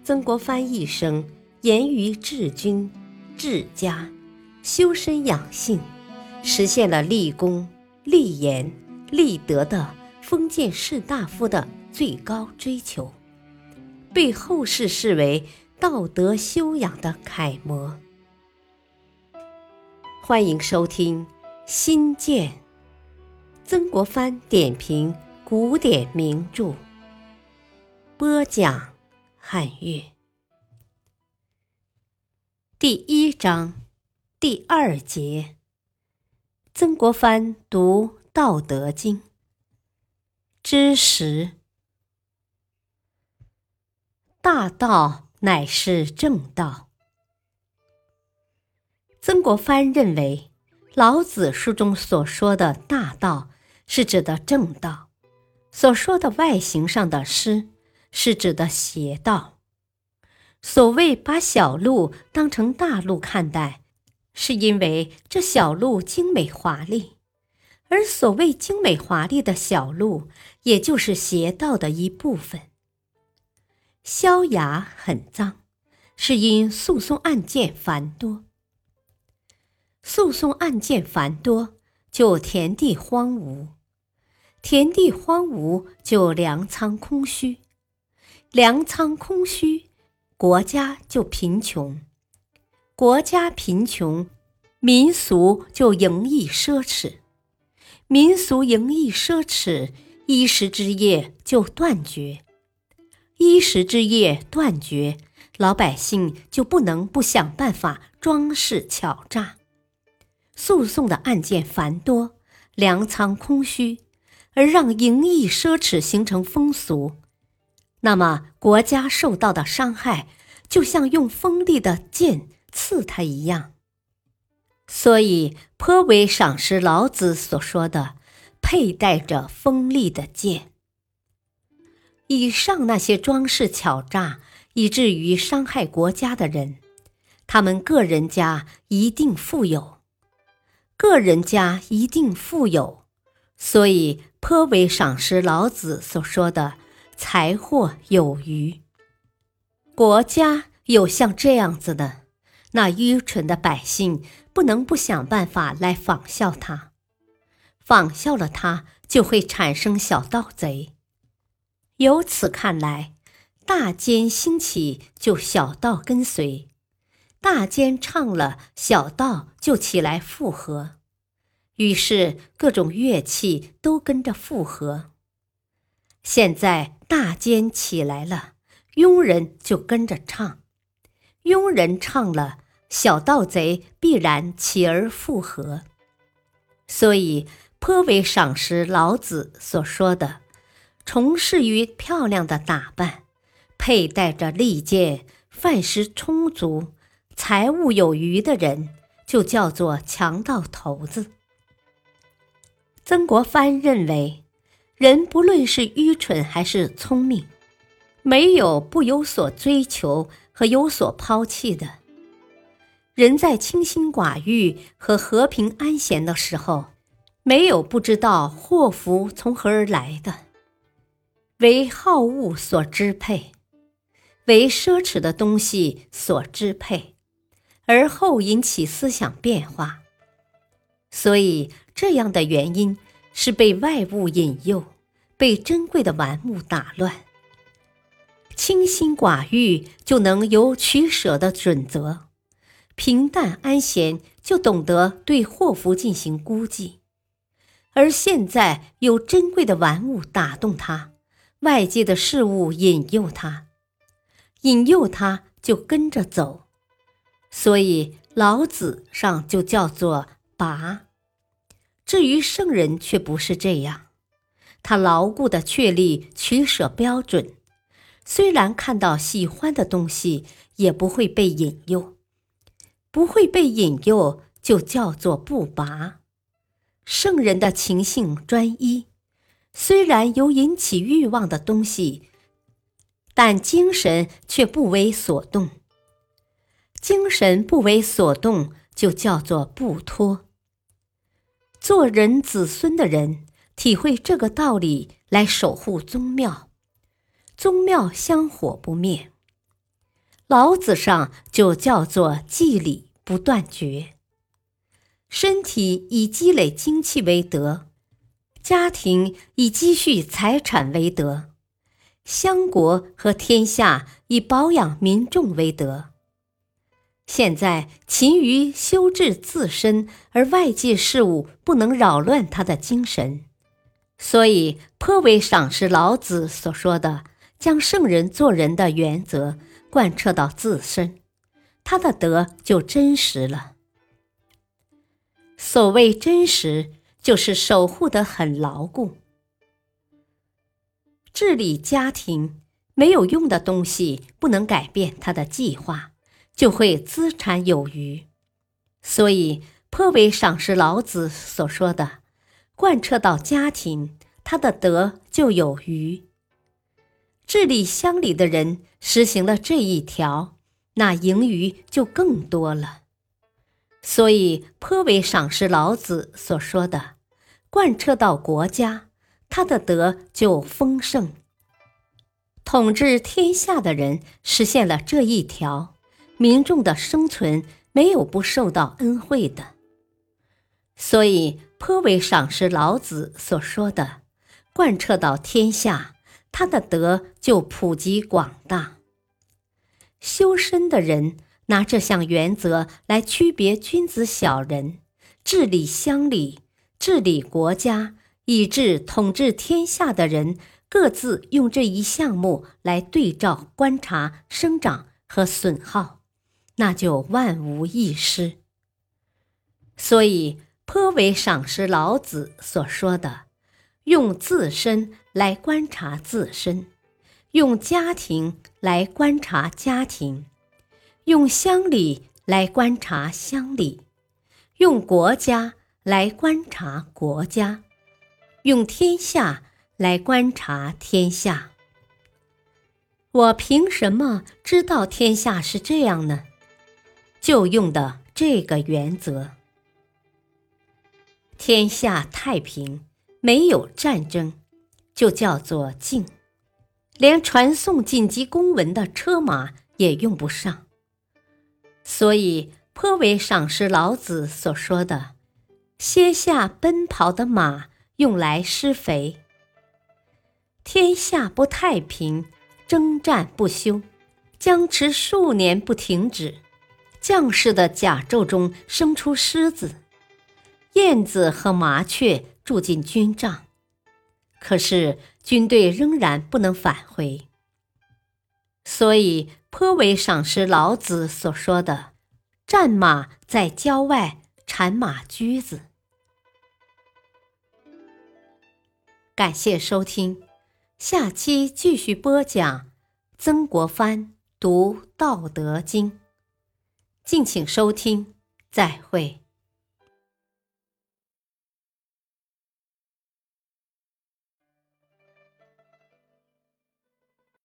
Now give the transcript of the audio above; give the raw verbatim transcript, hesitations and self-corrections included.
曾国藩一生严于治军、治家，修身养性，实现了立功、立言、立德的封建士大夫的最高追求，被后世视为道德修养的楷模。欢迎收听新建曾国藩点评古典名著，播讲汉乐。第一章第二节，曾国藩读《道德经》之十。大道乃是正道。曾国藩认为，老子书中所说的大道是指的正道，所说的外形上的施是指的邪道。所谓把小路当成大路看待，是因为这小路精美华丽，而所谓精美华丽的小路，也就是邪道的一部分。萧衙很脏，是因诉讼案件繁多。诉讼案件繁多，就田地荒芜，田地荒芜就粮仓空虚，粮仓空虚，国家就贫穷，国家贫穷，民俗就淫逸奢侈，民俗淫逸奢侈，衣食之业就断绝，衣食之业断绝，老百姓就不能不想办法装饰巧诈。诉讼的案件繁多，粮仓空虚，而让淫逸奢侈形成风俗，那么国家受到的伤害就像用锋利的剑刺它一样。所以颇为赏识老子所说的佩戴着锋利的剑。以上那些装饰巧诈以至于伤害国家的人，他们个人家一定富有，个人家一定富有，所以颇为赏识老子所说的财货有余。国家有像这样子的，那愚蠢的百姓不能不想办法来仿效他，仿效了他就会产生小盗贼。由此看来，大奸兴起就小盗跟随，大奸唱了，小盗就起来附和，于是各种乐器都跟着附和。现在大奸起来了，庸人就跟着唱，庸人唱了，小盗贼必然起而附和。所以颇为赏识老子所说的，从事于漂亮的打扮，佩戴着利剑，饭食充足，财物有余的人，就叫做强盗头子。曾国藩认为，人不论是愚蠢还是聪明，没有不有所追求和有所抛弃的。人在清心寡欲和和平安闲的时候，没有不知道祸福从何而来的，为好恶所支配，为奢侈的东西所支配，而后引起思想变化。所以这样的原因是被外物引诱，被珍贵的玩物打乱。清心寡欲就能有取舍的准则，平淡安闲就懂得对祸福进行估计。而现在有珍贵的玩物打动他，外界的事物引诱他，引诱他就跟着走。所以老子上就叫做拔。至于圣人却不是这样，他牢固地确立取舍标准，虽然看到喜欢的东西也不会被引诱，不会被引诱就叫做不拔。圣人的情性专一，虽然有引起欲望的东西，但精神却不为所动。精神不为所动，就叫做不脱。做人子孙的人体会这个道理来守护宗庙，宗庙香火不灭。 老子上就叫做季礼不断绝。身体以积累精气为德，家庭以积蓄财产为德，乡国和天下以保养民众为德。现在勤于修治自身，而外界事物不能扰乱他的精神，所以颇为赏识老子所说的将圣人做人的原则贯彻到自身，他的德就真实了。所谓真实，就是守护得很牢固。治理家庭，没有用的东西不能改变他的计划，就会资产有余。所以颇为赏识老子所说的，贯彻到家庭，他的德就有余。治理乡里的人实行了这一条，那盈余就更多了。所以颇为赏识老子所说的，贯彻到国家，他的德就丰盛。统治天下的人实现了这一条，民众的生存没有不受到恩惠的。所以颇为赏识老子所说的，贯彻到天下，他的德就普及广大。修身的人拿这项原则来区别君子小人，治理乡里，治理国家，以致统治天下的人各自用这一项目来对照观察生长和损耗，那就万无一失。所以颇为赏识老子所说的，用自身来观察自身，用家庭来观察家庭，用乡里来观察乡里，用国家来观察国家，用天下来观察天下。我凭什么知道天下是这样呢？就用的这个原则。天下太平，没有战争，就叫做静。连传送紧急公文的车马也用不上。所以颇为赏识老子所说的，歇下奔跑的马，用来施肥。天下不太平，征战不休，僵持数年不停止，将士的甲胄中生出虱子，燕子和麻雀住进军帐，可是军队仍然不能返回。所以颇为赏识老子所说的，战马在郊外产马驹子。感谢收听，下期继续播讲曾国藩读《道德经》，敬请收听，再会。